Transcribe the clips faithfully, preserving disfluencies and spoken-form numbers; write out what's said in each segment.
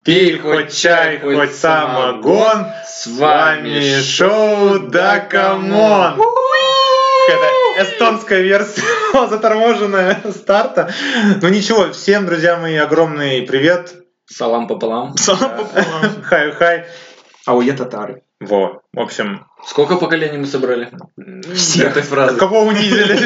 Пей хоть чай, хоть самогон, с вами шоу «Да камон». Это эстонская версия заторможенная старта. Ну ничего, всем, друзья мои, огромный привет. Салам пополам. Салам пополам. Хай-хай. Ауе татары. Во, в общем... Сколько поколений мы собрали? Все. Этой фразы. Кого унизили?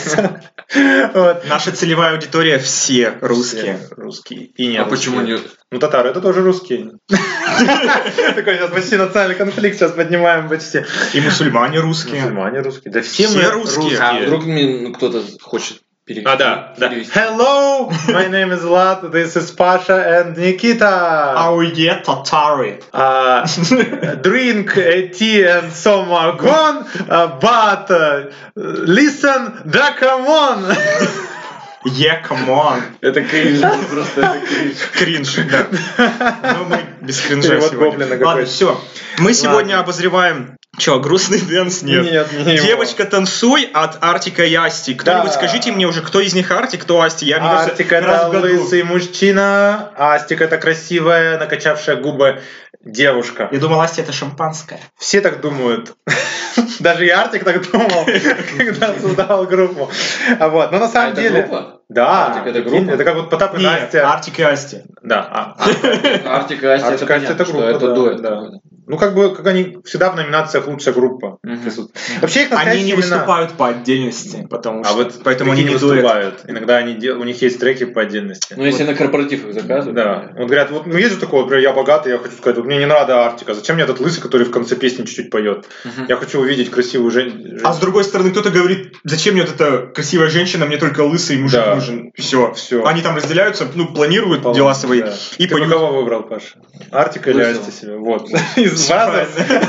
Наша целевая аудитория все русские. Русские. И не А почему нет? Ну, татары это тоже русские. Такой сейчас почти национальный конфликт сейчас поднимаем почти. И мусульмане русские. Мусульмане русские. Да все мы русские. А вдруг мне кто-то хочет перевести? А, да, да. Hello, my name is Vlad, this is Pasha and Nikita. Ауе татары. Uh, drink a tea and самогон, uh, but uh, listen, да камон. Yeah, come on. Это кринж, просто это кринж. Кринж, да. Но мы без кринжа сегодня. Ладно, все. Мы сегодня обозреваем... Че, грустный дэнс? Нет. Нет, не Девочка, танцуй от Артика и Асти. Кто-нибудь да. Скажите мне уже, кто из них Артик, кто Асти? Я, Артик это лысый мужчина, Астик это красивая, накачавшая губы девушка. Я думал, Асти это шампанское. Все так думают. Даже и Артик так думал, когда создавал группу. Вот. Но на самом деле... Да, Артик это группа? Это как вот Потап и Настя. Артик и Асти. Да. Артик и Асти это понятно, что это дуэт. Ну, как бы, как они всегда в номинациях «Лучшая группа» присутствуют. Вообще, их они не выступают по отдельности, потому что... А вот поэтому они не выступают. Иногда они у них есть треки по отдельности. Ну, если на корпоратив их заказывают. Да. Вот говорят, вот, ну, есть же такое, например, я богатый, я хочу сказать, вот мне не надо Артика, зачем мне этот лысый, который в конце песни чуть-чуть поет? Я хочу увидеть красивую женщину. А с другой стороны, кто-то говорит, зачем мне вот эта красивая женщина, мне только лысый мужик нужен. Все. Все. Они там разделяются, ну, планируют дела свои. И ты кого выбрал, Паша? Артика или Асти себе? Вот. Из базы.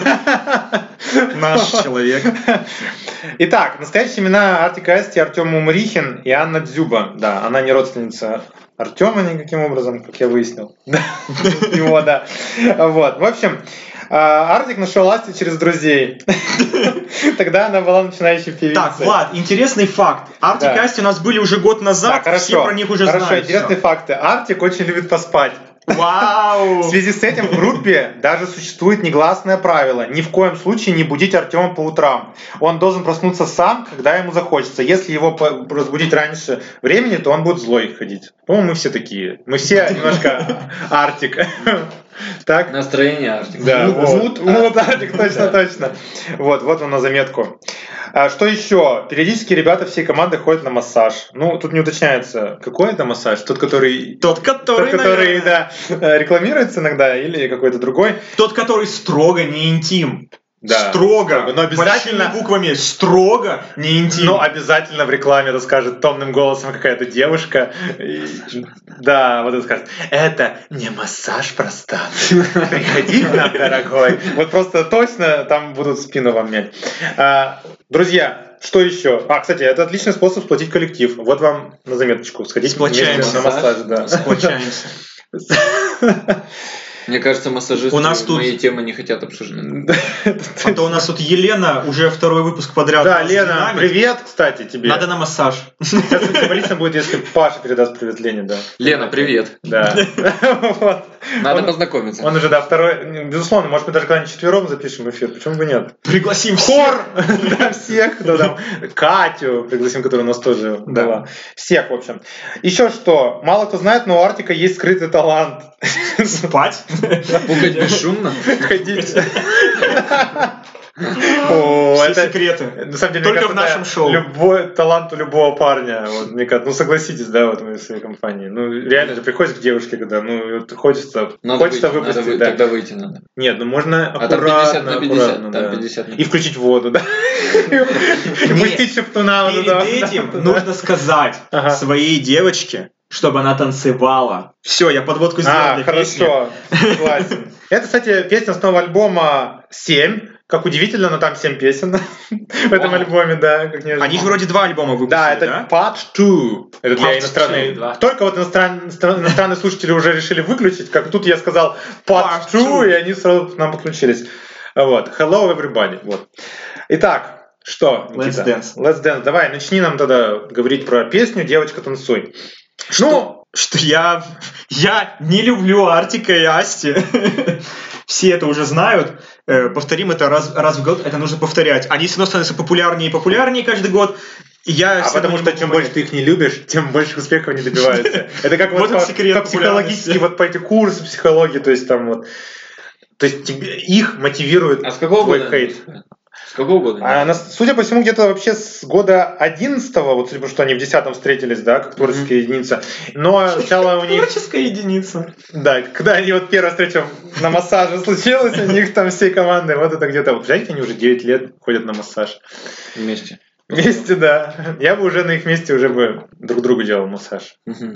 Наш человек. Итак, настоящие имена Артика Асти: Артем Мумрихин и Анна Дзюба. Да, она не родственница Артема никаким образом, как я выяснил. Его, да. Вот. В общем, Артик нашел Асти через друзей. Тогда она была начинающей певицей. Так, Влад, интересный факт. Артик и Асти у нас были уже год назад, да, все про них уже хорошо, знают. Хорошо, интересные факты. Артик очень любит поспать. Вау! В связи с этим в группе даже существует негласное правило: ни в коем случае не будить Артема по утрам. Он должен проснуться сам, когда ему захочется. Если его разбудить раньше времени, то он будет злой ходить. По-моему, мы все такие. Мы все немножко Артик. Так? Настроение Артик. Да, вот. Вот Артик, точно, точно. Вот, вот он на заметку. А что еще? Периодически ребята всей команды ходят на массаж. Ну, тут не уточняется, какой это массаж. Тот, который... Тот, который, Тот, который да, рекламируется иногда, или какой-то другой. Тот, который строго не интим. Да. Строго, но обязательно большими буквами, строго, не интим. Но обязательно в рекламе это скажет томным голосом какая-то девушка. И, да, вот это скажет: это не массаж простаты. Приходи к нам, дорогой. Вот просто точно там будут спину вам мять. А, друзья, что еще? А, кстати, это отличный способ сплотить коллектив. Вот вам на заметочку. Сходить вместе на массаж. Да. Сплочаемся. Мне кажется, массажисты у нас тут... мои темы не хотят обсуждать. А то у нас тут Елена уже второй выпуск подряд. Да, Лена, привет, кстати, тебе. Надо на массаж. Сейчас символично будет, если Паша передаст привет Лене, да. Лена, привет. Да. Надо он, познакомиться. Он уже, да, второй, безусловно, может, мы даже когда-нибудь четвером запишем эфир, почему бы нет? Пригласим хор, да, всех, да, там, Катю пригласим, которая у нас тоже была. Всех, в общем. Еще что, мало кто знает, но у Артика есть скрытый талант. Спать? Пукать бесшумно? Ходить. О, все это секреты. На самом деле, только кажется, в нашем шоу. Любой талант у любого парня. Вот, мне кажется, ну согласитесь, да, вот мы в своей компании. Ну реально же приходишь к девушке, когда ну вот, хочется, надо хочется выйти, выпустить, надо, да. Тогда выйти надо. Нет, ну можно а аккуратно, там пятьдесят на пятьдесят, аккуратно, там да. пятьдесят на пятьдесят. И включить воду, да. И пустить шептуна. Перед этим нужно сказать своей девочке, чтобы она танцевала. Все, я подводку сделал а, для хорошо, песни. Согласен. Это, кстати, песня с нового альбома «семь». Как удивительно, но там семь песен в этом альбоме, да. Как Они же вроде два альбома выпустили, да? Это да? Part two. Это для Part иностранных. two, Только вот иностран... иностранные слушатели уже решили выключить, как тут я сказал Part, Part two, и они сразу к нам подключились. Вот. Hello, everybody. Вот. Итак, что, Никита? Let's dance. Let's dance. Давай, начни нам тогда говорить про песню «Девочка, танцуй». Что? Ну, что я, я не люблю Артика и Асти. Все это уже знают. Повторим это раз, раз в год. Это нужно повторять. Они все равно становятся популярнее и популярнее каждый год. Я а потому что чем больше ты их не любишь, тем больше успехов они добиваются. Это как вот психологический вот по эти курсы психологии, то есть там вот, то есть их мотивирует твой хейт. С какого года? А, на, судя по всему, где-то вообще с года одиннадцатого, вот судя по что они в десятом встретились, да, как творческая mm-hmm. единица. Но сначала у них... Творческая единица. Да, когда они вот первая встреча на массаже случилась, у них там всей команды, вот это где-то... Вот, представляете, они уже девять лет ходят на массаж. Вместе. Вместе, да. Я бы уже на их месте уже бы друг другу делал массаж.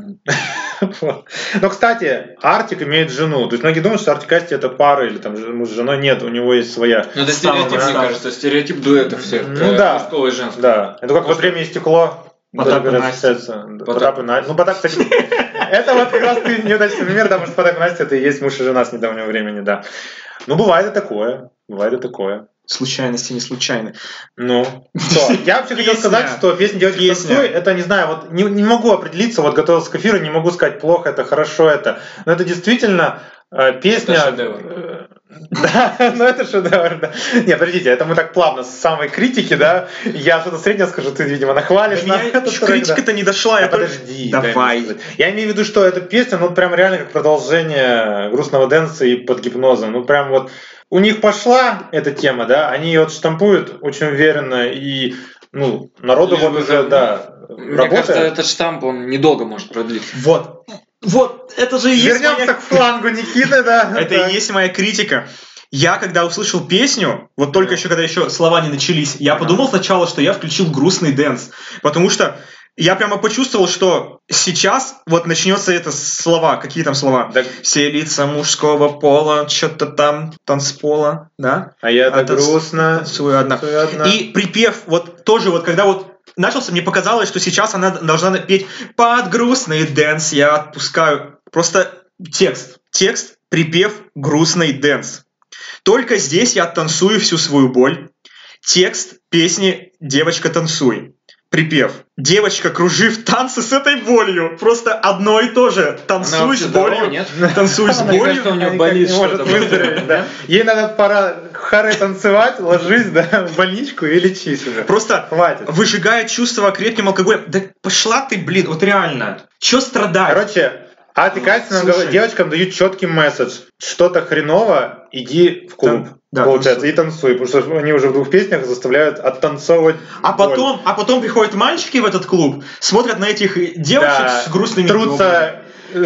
Вот. Но, кстати, Артик имеет жену. То есть многие думают, что Артик и Асти это пара или там муж с женой. Нет, у него есть своя. Ну это стереотип, мне кажется, стереотип дуэта всех. Ну да. Мужского и женского. Да. Это как «Вот время и стекло». Потап и Настя. Потап и Настя. Ну, Потап, кстати, это вот как раз ты неудачный пример, потому что Потап и Настя это и есть муж и жена с недавнего времени, да. Ну, бывает и такое. Бывает и такое. Случайности не случайны. Ну, что? Я вообще хотел сказать, что песня «Девочка танцуй», это, не знаю, вот не, не могу определиться, вот готовился к эфиру, не могу сказать, плохо это, хорошо это, но это действительно э, песня... Это шедевр. Да, ну это шедевр, да. Не, подождите, это мы так плавно с самой критики, да, я что-то среднее скажу, ты, видимо, нахвалишь. Да меня критика-то не дошла. Да подожди. Давай. Я имею в виду, что эта песня, ну, прям реально как продолжение грустного дэнса и под гипнозом, ну, прям вот у них пошла эта тема, да, они ее вот штампуют очень уверенно, и, ну, народу вот уже, да, мне работает. Кажется, этот штамп, он недолго может продлиться. Вот. Вот, это же и есть Вернемся моя... к флангу Никиты, да. Это и есть моя критика. Я, когда услышал песню, вот только еще, когда еще слова не начались, я подумал сначала, что я включил грустный дэнс, потому что я прямо почувствовал, что сейчас вот начнется это слова, какие там слова? Да. Все лица мужского пола, что-то там, танцпола, да? А я так танц... грустно. Танцую одна. Танцую одна. И припев, вот тоже вот, когда вот начался, мне показалось, что сейчас она должна петь «Под грустный дэнс я отпускаю». Просто текст, текст, припев, грустный дэнс. Только здесь я танцую всю свою боль. Текст песни «Девочка, танцуй». Припев. Девочка, кружи в танце с этой болью. Просто одно и то же. Танцуй с болью. Нет? Танцуй с болью. Мне кажется, у нее болит что-то. Выздороветь, да. Ей надо пора харе танцевать, ложись, да, в больничку и лечись уже. Просто хватит. Выжигает чувство крепким алкоголем. Да пошла ты, блин, вот реально. Че страдать? Короче, а ты, Катя, девочкам дают четкий месседж. Что-то хреново, иди в клуб. Да, получается, танцуй. И танцуй, потому что они уже в двух песнях заставляют оттанцовывать. А потом, а потом приходят мальчики в этот клуб, смотрят на этих девочек да, с грустными трутся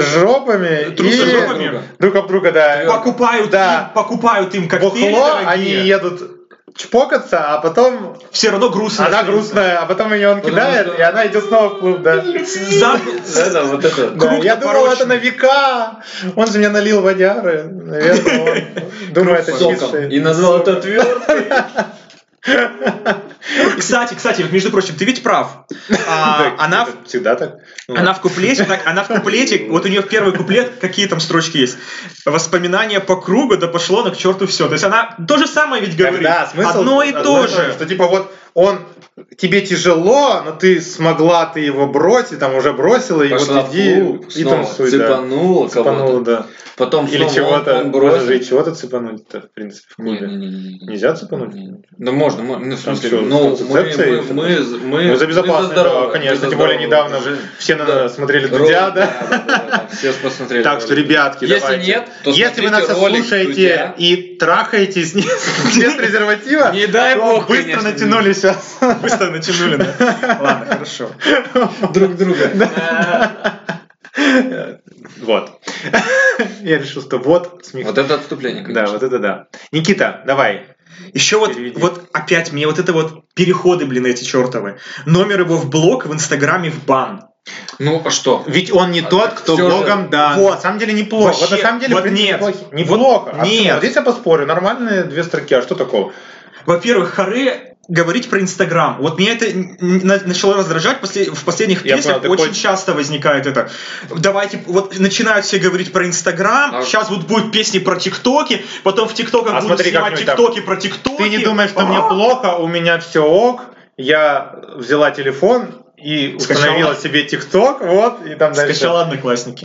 жопами, трутся и жопами друг об друга, да. Покупают, да. им, покупают им коктейли бухло, дорогие. Они едут чпокаться, а потом все равно грустная. Она грустная, а потом ее он кидает, что... и она идет снова в клуб, да. Да, вот это. Да, я думал, это на века. Он же мне налил водяры. Наверное, он думает, это чистый. И назвал это отверткой. Кстати, кстати, между прочим, ты ведь прав. А, она всегда так. Она в куплете, так, она в куплете, вот у нее в первый куплет какие там строчки есть. Воспоминания по кругу, да пошло на к черту все. То есть она то же самое ведь говорит. Да, смысл одно и то же. Что типа вот он тебе тяжело, но ты смогла, ты его бросить, там уже бросила, и пошла вот иди клуб, и танцуй. Цепанула да. Цепанула, да. Потом или чего-то, он, он можно же и чего-то цепануть-то, в принципе, в клубе. Не, не, не, не. Нельзя цепануть? Да можно, ну, в смысле, что, ну, мы, мы, мы, мы, мы за безопасность, да, конечно, тем более недавно уже все да. смотрели Дудя, да? Да, да, да, все посмотрели. Так что, ребятки, если давайте. Нет, то если вы нас слушаете и трахаетесь без презерватива, не дай бог, быстро натянули сейчас. Быстро натянули, да. Ладно, хорошо. Друг друга. Вот. Я решил, что вот смех. Вот это отступление, конечно. Да, вот это да. Никита, давай. Еще вот, вот опять мне вот это вот переходы, блин, эти чертовы. Номер его в блог, в Инстаграме в бан. Ну, а что? Ведь он не тот, кто Всё блогом, же. да. Вот. На самом деле неплохо. Вообще, вот на самом деле, вот в принципе, нет. неплохо. Неплохо. Вот нет. Вот здесь я поспорю. Нормальные две строки. А что такого? Во-первых, харе говорить про Инстаграм. Вот меня это начало раздражать в последних Я песнях. понял, очень хочешь... часто возникает это. Давайте, вот начинают все говорить про Инстаграм, а... сейчас вот будут песни про ТикТоки, потом в ТикТоках а будут смотри, снимать ТикТоки про ТикТоки. Ты не думаешь, что А-а-а. мне плохо, у меня все ок, я взяла телефон и Скачала. установила себе ТикТок, вот, и там дальше... Скачала Одноклассники.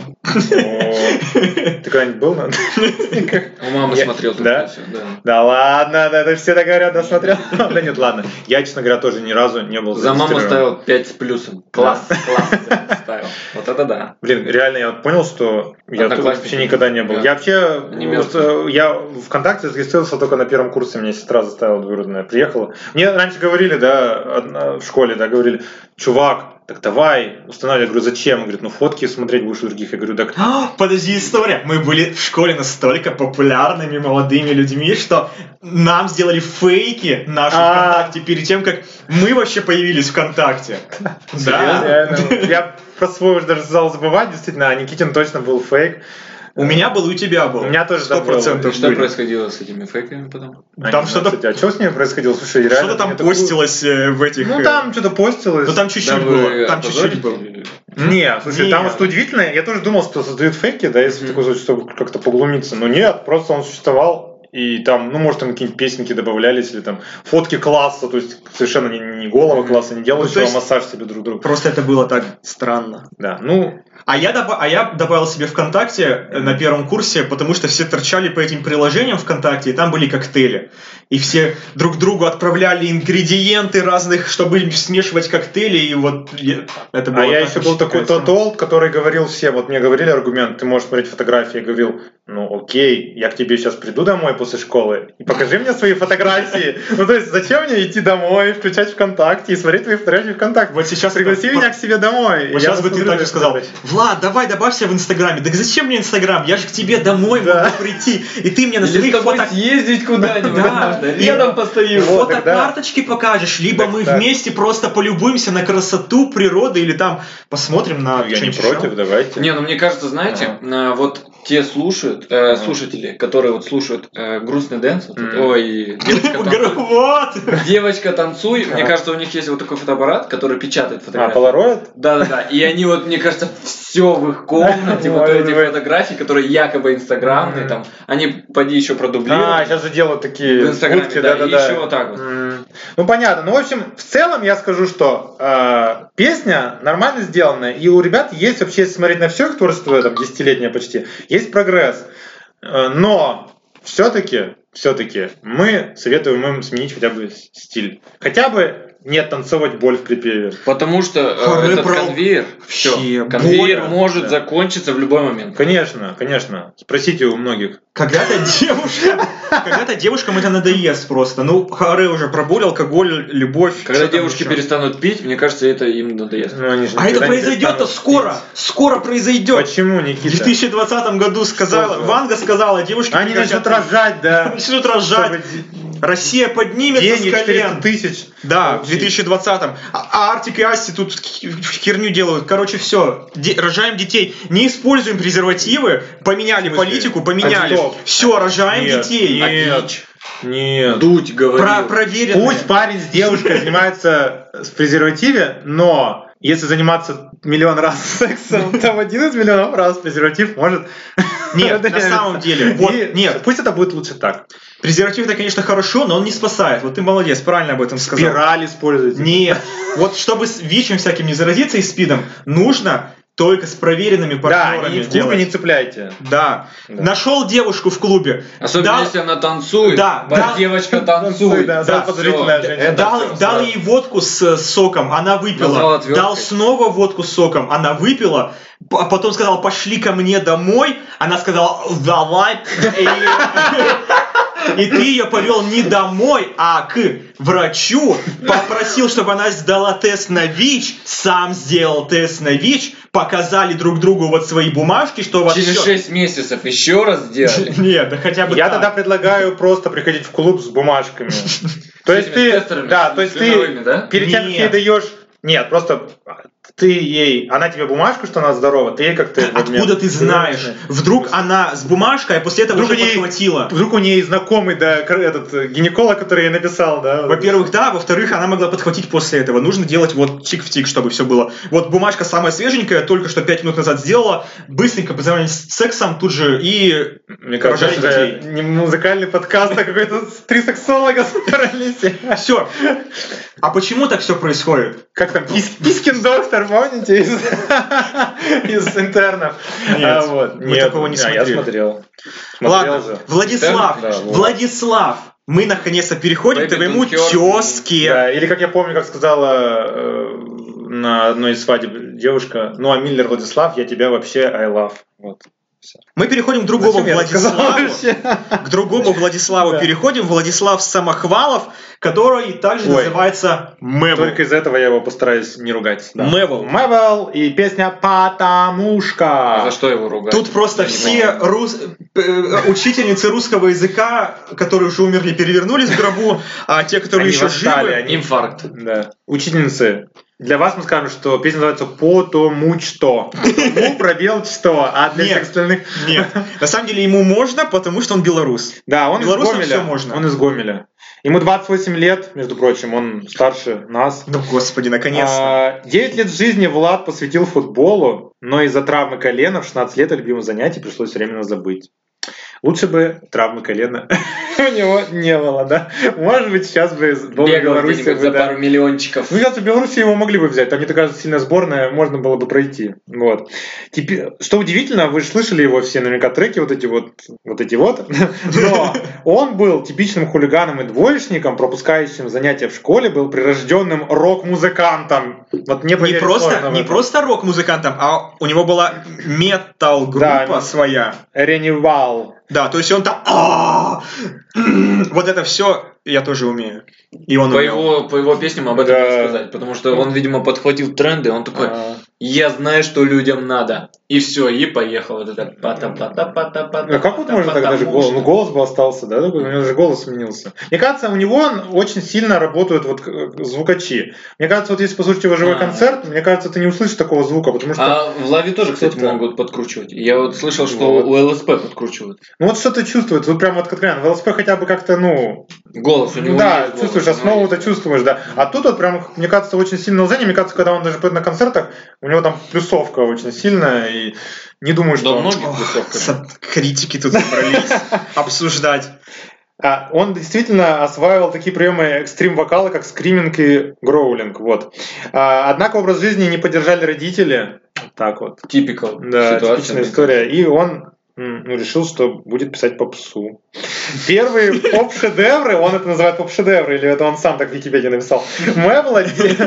Ты когда-нибудь был на Одноклассниках? У мамы Я- смотрел да? только всё, да. Да ладно, да, это все так говорят, да, смотрел. Да нет, ладно. Я, честно говоря, тоже ни разу не был За маму зарегистрирован. ставил пять с плюсом. Класс, класс ставил. Вот это да. Блин, реально, я вот понял, что я тут Одноклассники. вообще никогда не был. Да. Я вообще, Они вот, мертвые. э, я ВКонтакте зарегистрировался только на первом курсе, меня сестра заставила двоюродная, приехала. Мне раньше говорили, да, одна- в школе, да, говорили, чувак, так давай, устанавливай. Я говорю, зачем? Он говорит, ну фотки смотреть будешь у других. Я говорю, так... А, Подожди, история. Мы были в школе настолько популярными молодыми людьми, что нам сделали фейки наши А. ВКонтакте перед тем, как мы вообще появились ВКонтакте. Да. Реально. Я про свой уже даже стал забывать, действительно, а Никитин точно был фейк. У меня был, и у тебя был. У меня тоже Сто там было. процентов Что были. происходило с этими фейками потом? Там А, что-то кстати, а что с ними происходило? Слушай, реально... что-то там мне такую- постилось э, в этих... Ну э, там что-то постилось. Ну там чуть-чуть Да было. вы Там чуть-чуть опозорите? было. Не, слушай, Не. там что удивительное, я тоже думал, что создают фейки, да, если Мгм. такое случай, чтобы как-то поглумиться. Но нет, просто он существовал, и там, ну, может, там какие-нибудь песенки добавлялись, или там фотки класса, то есть совершенно не, не голого Мгм. класса, не делающего Ну, то есть- массаж себе друг другу. Просто это было так странно. Да, ну, А я, доба- а я добавил себе ВКонтакте э, на первом курсе, потому что все торчали по этим приложениям ВКонтакте, и там были коктейли. И все друг другу отправляли ингредиенты разных, чтобы смешивать коктейли, и вот я- это было а я так еще был очень такой кайфово. тот олд, который говорил всем, вот мне говорили аргумент, ты можешь смотреть фотографии, я говорил, ну окей, я к тебе сейчас приду домой после школы и покажи мне свои фотографии. Ну то есть зачем мне идти домой, включать ВКонтакте и смотреть твои фотографии ВКонтакте? Вот сейчас Пригласи это- меня к себе домой. Вот и я сейчас бы ты посмотрю так же твои сказал, фотографии. Влад, давай добавься в Инстаграме. Так зачем мне Инстаграм? Я же к тебе домой Да. могу прийти. И ты мне на Или с своих тобой фото... съездить куда-нибудь. Да. Да, рядом постою. Вот, фотокарточки покажешь, либо Так, мы так. вместе просто полюбуемся на красоту природы, или там посмотрим на... Ну, я не что-нибудь против, еще. давайте. Не, ну мне кажется, знаете, а, вот те слушают, э, Ага. слушатели, которые вот слушают э, грустный дэнс, вот это, Мгм. ой, девочка танцуй, Вот! девочка танцуй, мне Ага. кажется, у них есть вот такой фотоаппарат, который печатает А, фотографии. Polaroid? Да-да-да, и они вот, мне кажется, все в их комнате, вот Может эти быть. фотографии, которые якобы инстаграмные, Мгм. там, они поди еще А, продублируют сейчас же делают такие в инстаграме, утки, да, и да-да-да. еще вот так вот. М. Ну понятно. Ну, в общем, в целом я скажу, что э, песня нормально сделанная, и у ребят есть вообще, если смотреть на все их творчество, там, десятилетнее почти, есть прогресс. Э, но все-таки, все-таки мы советуем им сменить хотя бы с- стиль. Хотя бы не танцевать боль в припеве. Потому что э, Харе этот про- конвейер, Вообще, все, конвейер больно. может Да. закончиться в любой момент. Конечно, конечно. Спросите у многих. Когда-то девушка, когда-то девушкам это надоест просто. Ну, харе уже про боль, алкоголь, любовь. Когда что там девушки еще? перестанут пить, мне кажется, это им надоест. Ну, они же А это никогда не произойдет-то перестанут скоро. пить. Скоро произойдет. Почему, В Никита? две тысячи двадцатом году сказала, Что? Ванга сказала, девушки Они прекратят начнут рожать, да. начнут рожать. Чтобы Россия поднимется деньги с колен. четыреста тысяч. Да, в Получить. две тысячи двадцатом. А, а Артик и Асти тут х- херню делают. Короче, все. Рожаем детей. Не используем презервативы. Поменяли В смысле? политику, поменяли. А стоп. Все, рожаем Нет, детей. нет. Нет. Дудь говорил. Про, проверено. Пусть парень с девушкой занимается в презервативе, но если заниматься миллион раз сексом, то в один из миллионов раз презерватив может... Нет, на появиться. самом деле. Вот, И нет. Пусть это будет лучше так. Презерватив это, конечно, хорошо, но он не спасает. Вот ты молодец, правильно об этом сказал. Спираль используйте. Нет. Вот чтобы с ВИЧем всяким не заразиться и СПИДом, нужно только с проверенными Да, партнерами и в клубе делать. не цепляйте. Да. Да. Нашел девушку в клубе. Особенно дал, если она танцует. Да, Вот да. девочка Танцует, танцует. да, Да, самая подозрительная всё. женщина. Это дал, всё, дал сразу. ей водку с э, соком, она выпила. Назвал отвёрткой. Дал снова водку с соком, она выпила. А потом сказал, пошли ко мне домой. Она сказала, давай. И, и ты ее повел не домой, а к врачу. Попросил, чтобы она сдала тест на ВИЧ. Сам сделал тест на ВИЧ. Показали друг другу вот свои бумажки, что у вас Через всё- шесть месяцев еще раз сделали. Нет, да хотя бы Я так. тогда предлагаю просто приходить в клуб с бумажками. То есть этими ты, тестерами, да, то есть слюновыми, ты да? перед тем, как Нет. ей даешь, нет, просто ты ей, она тебе бумажку, что она здорова, ты ей как-то в обмен. Откуда ты знаешь? Вдруг она с бумажкой, а после этого Вдруг уже у ней- подхватила. Вдруг у нее знакомый, да, кр- этот э, гинеколог, который ей написал, да. Во-первых, да, во-вторых, она могла подхватить после этого. Нужно делать вот чик в тик, чтобы все было. Вот бумажка самая свеженькая, только что пять минут назад сделала, быстренько позанимались сексом тут же и Мне кажется, рожали это детей. не музыкальный подкаст, а какой-то три сексолога собрались. все. А почему так все происходит? Как там Пис- Пискин доктор, помните, из, из интернов? Нет, А, вот. мы такого не а, я смотрели. смотрел. Смотрел Ладно, же. Владислав, Да, вот. Владислав, мы наконец-то переходим к Baby твоему don't hurt тезке. Да, или как я помню, как сказала э, на одной из свадеб девушка, ну а Миллер Владислав, я тебя вообще I love. Вот. Мы переходим к другому Зачем я рассказал Владиславу. вообще? К другому Владиславу Да. переходим. Владислав Самохвалов, который также Ой. называется Мэвл. Только из-за этого я его постараюсь не ругать. Да. Мэвл. Мэвл и песня «Патамушка». А за что его ругать? Тут просто Я не все понял. рус... э, учительницы русского языка, которые уже умерли, перевернулись в гробу, а те, которые Они еще восстали, живы... они- Инфаркт. Да. Учительницы, для вас мы скажем, что песня называется «Потому что». Потому пробел что, а для Нет. всех остальных... Нет, на самом деле ему можно, потому что он белорус. Да, он из Белорусам Гомеля. всё можно. Он из Гомеля. Ему двадцать восемь лет, между прочим, он старше нас. Ну, господи, наконец-то. А, девять лет жизни Влад посвятил футболу, но из-за травмы колена в шестнадцать лет о любимом занятии пришлось временно забыть. Лучше бы травмы колена у него не было, да? Может быть, сейчас бы был в Бегал Беларуси. где-нибудь за бы, да. пару миллиончиков. Ну, кажется, в Беларуси его могли бы взять. Там не такая сильная сборная, можно было бы пройти. Вот. Теперь, что удивительно, вы же слышали его все наверняка треки, вот эти вот, вот эти вот. Но он был типичным хулиганом и двоечником, пропускающим занятия в школе, был прирожденным рок-музыкантом. Вот не Не поверить просто, сложно в не это. просто рок-музыкантом, а у него была метал-группа Да. своя. Реневал. Да, то есть он там... «А, м, Вот это все я тоже умею. И он По умел. его, по его песням об этом Да. не сказать, потому что он, видимо, подхватил тренды, он такой, А. я знаю, что людям надо. И все, и поехал вот это пата пата пата пата. Ну, как вот можно так даже голос? Ну, голос бы остался, да? такой? У него даже голос сменился. Мне кажется, у него очень сильно работают вот э, звукачи. Мне кажется, вот если послушать его живой А. концерт, мне кажется, ты не услышишь такого звука, потому что... А в лаве тоже, кстати, Кто-то- могут подкручивать. Я вот слышал, что Вот. у ЛСП подкручивают. Ну вот что-то чувствует. Вот прям вот как реально. В ЛСП хотя бы как-то, ну... Голос у него да, есть голос, чувствуешь, но основу-то есть. чувствуешь, да. А тут вот прям, мне кажется, очень сильно лзение. Мне кажется, когда он даже поет на концертах, у него там плюсовка очень сильная, и не думаю, что... Да, он- многих Ох, плюсовка. со- критики тут собрались обсуждать. А, он действительно осваивал такие приемы экстрим-вокала, как скриминг и гроулинг. Вот. А, однако образ жизни не поддержали родители. Так вот. Типикал Да, ситуация. типичная история. И он м, ну, решил, что будет писать попсу. Первые поп-шедевры, он это называет поп-шедевры, или это он сам так в Википедии написал, Мэвла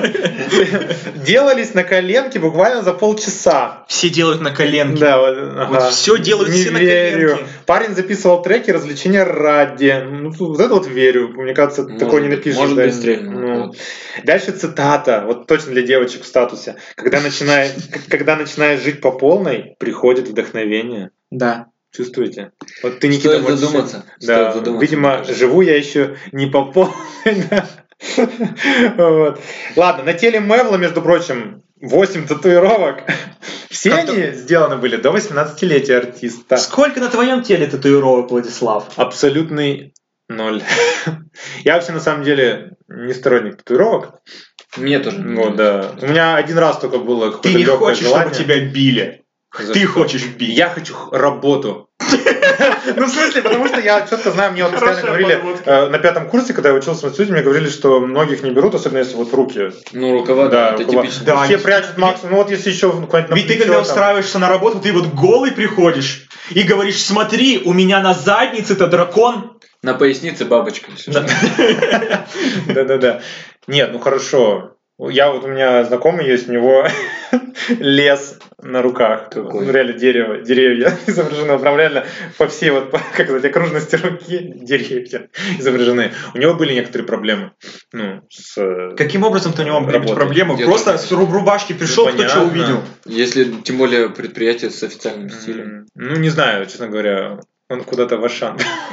делались на коленке буквально за полчаса. Все делают на коленке. Да, вот, ага. Вот всё делают Не все на верю. коленке. Парень записывал треки развлечения ради. Ну, вот это вот верю. Мне кажется, Может такое не быть, напишешь. может да. быть, стрельнул. Ну. Вот. Дальше цитата. Вот точно для девочек в статусе. Когда начинаешь, когда начинаешь жить по полной, приходит вдохновение. Да. Чувствуете? Вот ты, Никита, Стоит можешь- задуматься. Да, Стоит задуматься, мне видимо, кажется. живу я еще не по полной. да. Вот. Ладно, на теле Мэвла, между прочим, восемь татуировок. Все Как-то- они сделаны были до восемнадцатилетия артиста. Сколько на твоем теле татуировок, Владислав? Абсолютный ноль. Я вообще на самом деле не сторонник татуировок. Мне тоже. не Вот, нравится. да. У меня один раз только было Ты какое-то не легкое хочешь, желание. чтобы тебя били. За Ты что? хочешь бить. Я хочу х- работу. Ну, в смысле, потому что я четко знаю, мне вот постоянно Хорошая говорили, подводка. э, на пятом курсе, когда я учился в институте, мне говорили, что многих не берут, особенно если вот руки. Ну, рукава, да, это рукава. типично. Да, Все они- прячут максимум. Ну, вот если еще куда-нибудь на Ведь ты, плечо, когда там. устраиваешься на работу, ты вот голый приходишь и говоришь, смотри, у меня на заднице-то дракон. На пояснице бабочка. если что. Да-да-да. Нет, ну хорошо. Я вот у меня знакомый есть, у него лес на руках. Какой? Ну, реально дерево, деревья изображены. Прям реально по всей вот, по- как сказать, окружности руки деревья изображены. У него были некоторые проблемы. Ну, с... э, Каким образом ты у него Работает. проблемы? Я Просто тоже. с руб- рубашки пришел, Ну, кто что понятно. увидел. Если, тем более, предприятие с официальным стилем. м, Ну, не знаю, честно говоря. Он куда-то в Ашан.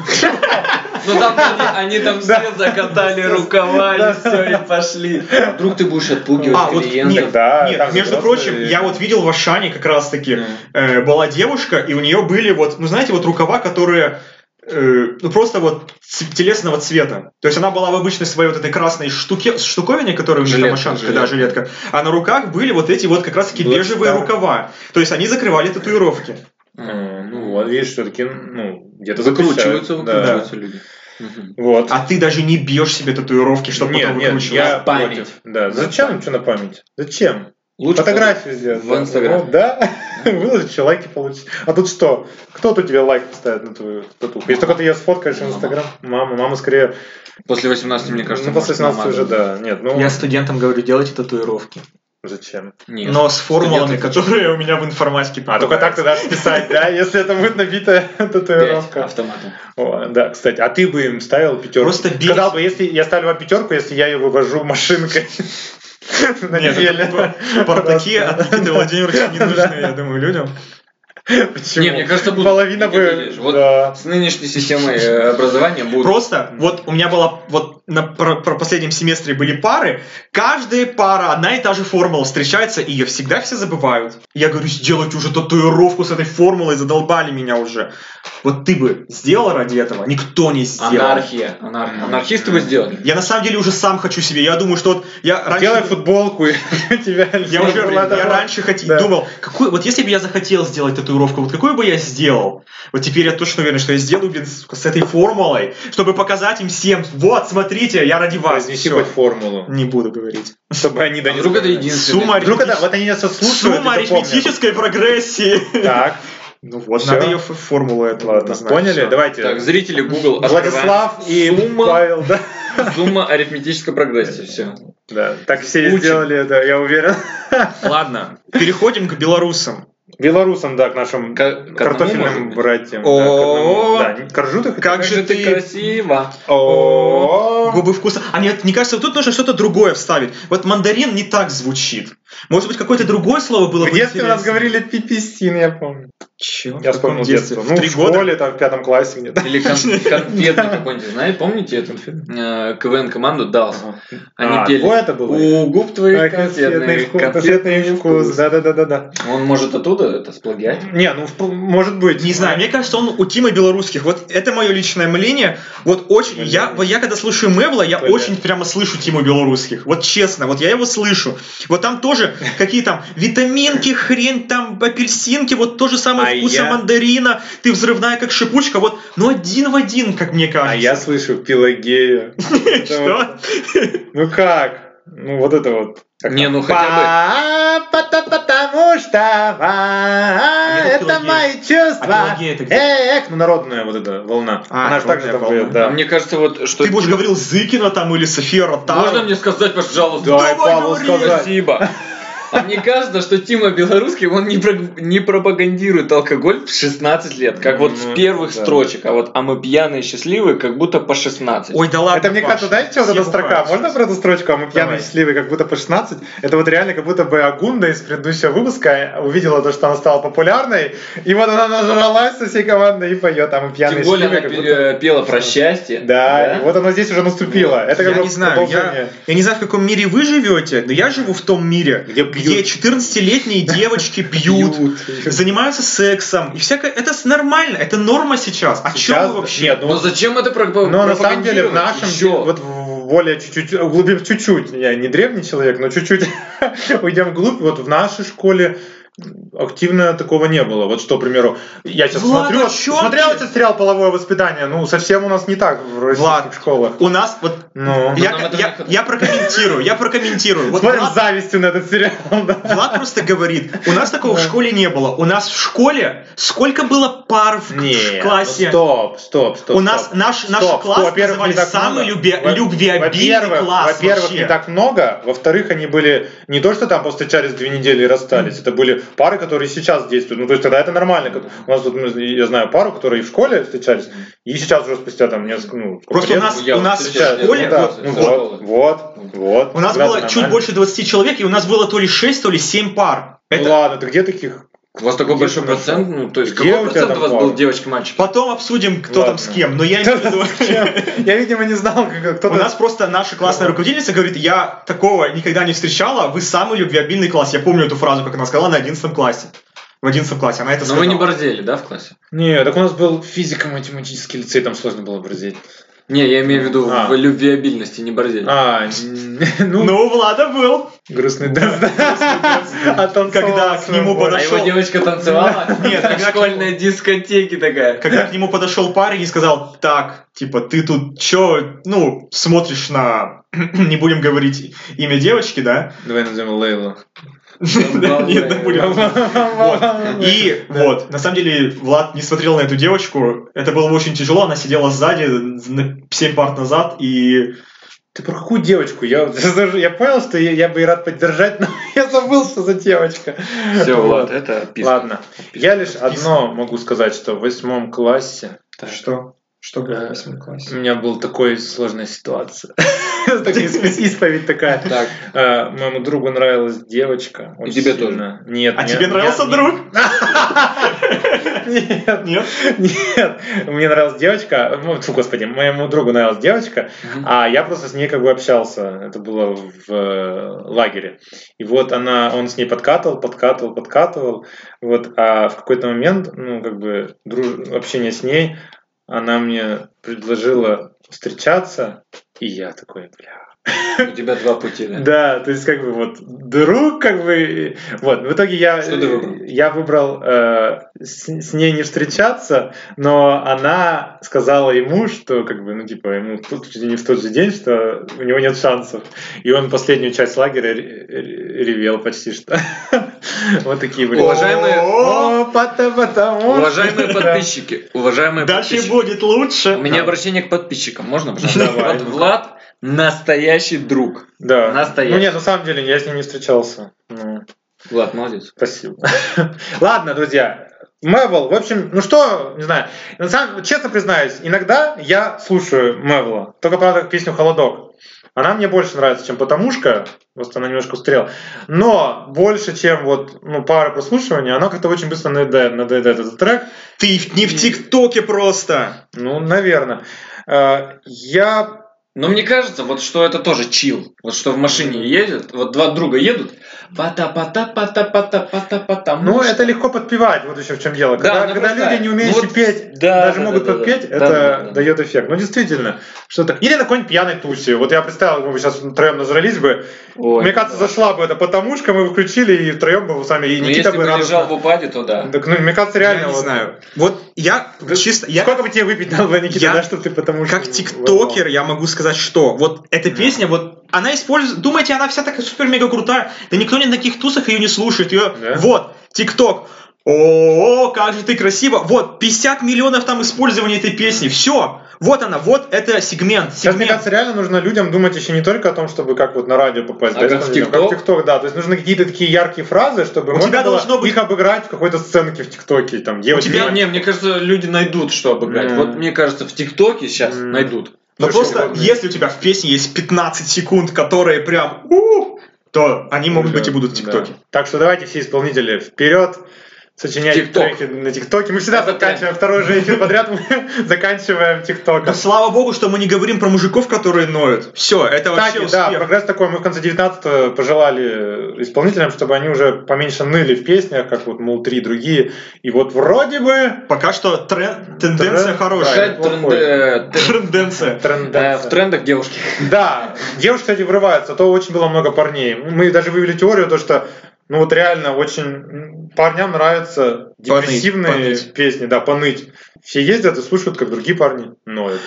Ну там они, они там Да. все закатали рукава и все, и пошли. Вдруг ты будешь отпугивать А, вот клиентов. нет, Да, нет, там между взрослые- прочим, я вот видел в Ашане как раз таки Ну. э, была девушка, и у нее были вот, ну знаете, вот рукава, которые э, ну просто вот ц- телесного цвета. То есть она была в обычной своей вот этой красной штуке, штуковине, которая у нее там Жилетка, ашанская, да, жилетка. А на руках были вот эти вот как раз таки Black бежевые Star. рукава. То есть они закрывали татуировки. М, Ну, вот видишь, все-таки, ну, где-то Выкручиваются, запрещают. Да. выкручиваются люди. Мгм. Вот. А ты даже не бьешь себе татуировки, чтобы нет, потом нет, выкручивать. я память. против. Да. На Зачем память. что на память? Зачем? Лучше Фотографию сделать. в Инстаграм. Ну, да, выложить, еще лайки получить. А тут что? Кто тут тебе лайк поставит на твою татуху? Если только ты ее сфоткаешь в Мама. Инстаграм. Мама, мама скорее... После восемнадцати, мне кажется, ну, после может, мама восемнадцати уже, даже. да. Нет, ну, Я студентам говорю, делайте татуировки. зачем? Нет. Но с формулами, Студенты- которые у меня в информатике А, только так ты дашь писать, да? Если это будет набитая Пять татуировка. автоматом. О, да, кстати, а ты бы им ставил пятерку? Просто бей. Сказал бы, если я ставлю вам пятерку, если я ее вывожу машинкой на Нет, неделю. это Спартаки от Никиты Владимировича не нужны, я думаю, людям. Почему? Не, мне кажется, будут. Половина Не бы... видишь. Вот да. с нынешней системой э, образования будут. Просто вот у меня была вот на про, про последнем семестре были пары, каждая пара одна и та же формула встречается, и ее всегда все забывают. Я говорю, сделать уже татуировку с этой формулой, задолбали меня уже. Вот ты бы сделал ради этого? Никто не сделал. Анархия. Анар- Анархисты бы сделали. Я на самом деле уже сам хочу себе. Я думаю, что вот я раньше... Делай футболку, и у тебя... Я уже была я такая- раньше хотел, Да. думал, какой, вот если бы я захотел сделать татуировку, вот какую бы я сделал? Вот теперь я точно уверен, что я сделаю, блин, с, с этой формулой, чтобы показать им всем, вот, смотрите, я ради вас. Произнеси Всё. хоть формулу, Не буду говорить. чтобы они А донесли. вдруг это единственное. Сумма Вдруг это, арифметич- вот они нас слушают, Сумма и запомнят. арифметической прогрессии. Так, Ну вот, Всё. надо ее ф- формулу эту ладно, знать. поняли? Всё. Давайте. Так, зрители Google Владислав и Сумма, Павел, да? сумма арифметической прогрессии. Все. Да, так все и Учим. сделали это, я уверен. Ладно, переходим к белорусам. Белорусам, да, к нашим К- к одному, может картофельным быть? братьям. да, О, к одному. Да, коржуты? Как же ты ты... красиво. О, Губы вкуса. А нет, мне кажется, тут нужно что-то другое вставить. Вот мандарин не так звучит. Может быть, какое-то другое слово было в бы детстве у нас интересно? говорили пиписин, я помню. Чё? Я В каком вспомнил детство. Ну, Три в года? школе, там, в пятом классе где-то. Или кон- конфетный какой-нибудь, знаете, помните эту э, КВН-команду Далс? Они А, пели вот это было. «У губ твоих Ой, конфетный, вкус, конфетный вкус. Да-да-да-да. Он может оттуда это сплагиать? Не, ну, вп- может быть. Не знаю, мне кажется, он у Тимы Белорусских. Вот это мое личное мнение. Вот очень, я, вот я когда слушаю Мевла, я Бля. очень прямо слышу Тиму Белорусских. Вот честно, вот я его слышу. Вот там тоже какие там витаминки, хрень, там апельсинки, вот то же самое А вкуса я- мандарина, ты взрывная как шипучка, вот, ну один в один, как мне кажется. А я слышу Пелагею. Это Что? вот- Ну как? Ну вот это вот. Как Не, там? ну хотя бы- Па- пата- Потому что а, нет, это Пелагея. мои чувства. А Пелагея это где? Эх, ну народная вот эта волна. А, Она же так же там народная поет, волна. А да. мне кажется, вот что... Ты бы уже говорил Зыкина там или София Ротару. Можно мне сказать, пожалуйста? Дай Давай, Павлу говори. сказать. Спасибо. А мне кажется, что Тима Белорусский, он не, про- не пропагандирует алкоголь в шестнадцать лет, как вот Ну, с первых да. строчек, а вот «А мы пьяные и счастливые», как будто по шестнадцать. Ой, да ладно. Это мне Паша, кажется, знаете, вот все эта строка? бухают Можно сейчас. про эту строчку? А мы пьяные Давай. и счастливые, как будто по шестнадцать. Это вот реально как будто бы Агунда из предыдущего выпуска увидела то, что она стала популярной, и вот она нажралась со всей командой и поет, а мы пьяные Тем и более она счастливые, как пе- будто... пела про счастье. Да, и вот оно здесь уже наступило. Это как Я бы не знаю, я, продолжение. я не знаю, в каком мире вы живете, но я живу в том мире, Где пьют. четырнадцатилетние девочки пьют, занимаются сексом, и всякое. Это с- нормально, это норма сейчас. О чем Сейчас- вы вообще? Нет, Но ну, зачем это про- но на самом деле в пропагандировать нашем, ещё? вот в более чуть-чуть, углубим чуть-чуть, я не древний человек, но чуть-чуть уйдем вглубь, вот в нашей школе активно такого не было. Вот что, к примеру, я сейчас Влад, смотрю, о чём смотрел ты? этот сериал «Половое воспитание», ну, совсем у нас не так в российских Влад, школах. У нас вот Ну, я, нам это я, не хватает. я прокомментирую, я прокомментирую. Вот смотрим с Влад, завистью на этот сериал, да. Влад просто говорит, у нас такого в Да. школе не было. У нас в школе сколько было пар в, в Не, классе? ну стоп, стоп, стоп. У нас стоп. наш, наш Стоп, класс стоп, во-первых, называли не так самый много. любе- Во- любвеобильный во-первых, класс Во-первых, вообще. не так много. Во-вторых, они были не то, что там повстречались две недели и расстались. Это были пары, которые сейчас действуют. Ну, то есть тогда это нормально. Как- У нас тут, мы- я знаю пару, которые и в школе встречались, и сейчас уже спустя там несколько, ну, сколько Просто у лет. нас, Я у вот нас в встречаюсь, школе, Ну, да, вот, ну, вот. вот, вот, вот. у нас Тогда было это чуть нормально. больше двадцати человек, и у нас было то ли шесть, то ли семь пар. Ну Это ладно, ты где таких? У вас такой Где большой ты нашел? процент, ну то есть Где какой у тебя процент там у вас пара? был девочек-мальчик? потом обсудим, кто там Ладно. с кем. Но я имею в виду... Я, видимо, не знал, как кто-то... У нас просто наша классная руководительница говорит, я такого никогда не встречала, вы самый любвеобильный класс. Я помню эту фразу, как она сказала на одиннадцатом классе. В одиннадцатом классе она это Но сказала. вы не борзели, да, в классе? Не, так у нас был физико-математический лицей, там сложно было борзеть. Не, я имею в виду А. в любвеобильности, не борзеть. А, ну, Ну, у Влада был. грустный дэнс. А там Когда к нему А подошел... его девочка танцевала? Нет, Как когда к школьная дискотеки такая. Когда к нему подошел парень и сказал, так, типа, ты тут чё, ну, смотришь на... Не будем говорить имя девочки, да? Давай назовем Лейлу. Да, нет, не будем. Вот. И вот, на самом деле, Влад не смотрел на эту девочку. Это было очень тяжело. Она сидела сзади на семь парт назад и... Ты про какую девочку? Я, я понял, что я, я бы и рад поддержать, но я забыл, что за девочка. Все, Вот. Влад, это отписка. Ладно. Я лишь одно могу сказать, что в восьмом классе Что? Что было в э, восьмом у классе? меня была такая сложная ситуация. Такая исповедь такая. Так, Э, Моему другу нравилась девочка. И очень тебе сильно. Нет. А не- тебе не- нравился не- друг? Нет. Нет? Нет, мне нравилась девочка, ну, фу, господи, моему другу нравилась девочка, Мгм. а я просто с ней как бы общался, это было в э, лагере. И вот она, он с ней подкатывал, подкатывал, подкатывал, вот, а в какой-то момент, ну, как бы, друж... общение с ней, она мне предложила встречаться, и я такой, бля. у тебя два пути, да? Да, то есть как бы вот друг, как бы, вот, в итоге я, Что ты выбрал? я выбрал э, с, с ней не встречаться, но она сказала ему, что как бы, ну типа, ему тут чуть ли не в тот же день, что у него нет шансов, и он последнюю часть лагеря ре- ре- ревел почти что. Вот такие были. Уважаемые- О, О, потому, потому Уважаемые что- подписчики, уважаемые Дальше подписчики. будет лучше. У меня обращение к подписчикам, можно, пожалуйста? Давай. Вот Влад настоящий друг. Да. Настоящий. Ну нет, на самом деле я с ним не встречался. Ну, Влад, молодец. Спасибо. Ладно, друзья. Мэвл, в общем, ну что, не знаю, на самом, честно признаюсь, иногда я слушаю Мэвла, только, правда, песню «Холодок». Она мне больше нравится, чем «Потомушка», просто она немножко устарела, но больше, чем вот, ну, пара прослушиваний, она как-то очень быстро надоедает, надоедает этот трек. Ты не в ТикТоке просто. Ну, наверное. Э, Я... Но мне кажется, вот что это тоже чил. Вот что в машине едет, вот два друга едут, пата пата пата пата пата пата. Ну, это легко подпевать, вот еще в чем дело. Да, Когда, она когда простая. люди, не умеющие Ну вот, петь, да, даже да, могут да, да, подпеть, да, это да, да, да. дает эффект. Ну, действительно, что-то. Или на какой-нибудь пьяной тусе. Вот я представил, мы бы сейчас втроем нажрались бы. Ой, Мне кажется, да. зашла бы эта потомушка, мы бы включили и втроем бы сами. И Ну, Никита если бы бы радостно- лежал в упаде, то да. Так, ну, мне кажется, реально. Я не вот- знаю. Вот я Да чисто... Я Сколько бы тебе выпить надо было, Никита, Я- да, чтобы ты потому что... как тиктокер я могу сказать, что вот эта песня, вот она использует... Думаете, она вся такая супер-мега крутая? Да никто ни на каких тусах ее не слушает. Ее... Да? Вот, тикток. О, как же ты красиво. Вот, пятьдесят миллионов там использования этой песни. Все. Вот она, вот это сегмент. Сейчас, мне сегмент. кажется, реально нужно людям думать еще не только о том, чтобы как вот на радио попасть, А да, как что в ли, ТикТок? как в ТикТок, да. То есть нужны какие-то такие яркие фразы, чтобы У можно тебя было должно быть- их обыграть в какой-то сценке в ТикТоке, там, девочки. Не, не, мне кажется, люди найдут, что обыграть. М. Вот мне кажется, в ТикТоке сейчас М. найдут. Но Слушай, просто, вот, если у тебя в песне есть пятнадцать секунд, которые прям... у, то они могут быть и будут в Да. ТикТоке. Так что давайте все исполнители вперед, сочиняйте ТикТок. треки на ТикТоке. Мы всегда Это заканчиваем второй же эфир подряд, мы заканчиваем Да ТикТоком. слава богу, что мы не говорим про мужиков, которые ноют. Все, это вообще Кстати, да, успех. прогресс такой. Мы в конце девятнадцатого пожелали исполнителям, чтобы они уже поменьше ныли в песнях, как вот Мул три и другие. И вот вроде бы... Пока что трен- тенденция Тренд, хорошая. да. Тренд- плохой. э, т- Тенденция. э, Тренденция. В трендах девушки. Да, девушки, кстати, врываются, а то очень было много парней. Мы даже вывели теорию, то что, ну вот реально очень м, парням нравятся Поныть, депрессивные поныть. песни, да, поныть. Все ездят и слушают, как другие парни ноют.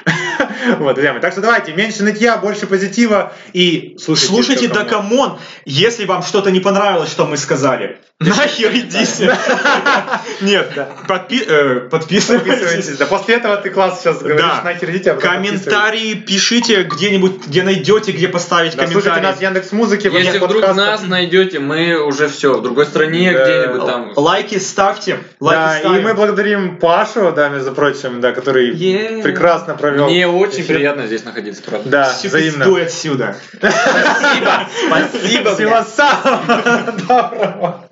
Вот, друзья мои. Так что давайте, меньше нытья, больше позитива и слушайте. Слушайте, всё, да кому. камон, если вам что-то не понравилось, что мы сказали, нахер идите. Нет, подпи- э, Подписывайтесь. подписывайтесь. Да после этого ты класс сейчас говоришь, Да. нахер идите, а потом Комментарии пишите где-нибудь, где найдете, где поставить подписывайтесь. Да, слушайте нас в комментарии. Яндекс.Музыке, во Если всех вдруг подкастах. нас найдете, мы уже все в другой стране, Да. где-нибудь там. Лайки ставьте. Да, Лайки и мы ставим. благодарим Пашу, да, между прочим, да, который Е. прекрасно провел. Мне очень эфир. приятно здесь находиться, правда. Да, Всю взаимно. пизду отсюда. Спасибо, спасибо. Всего самого доброго.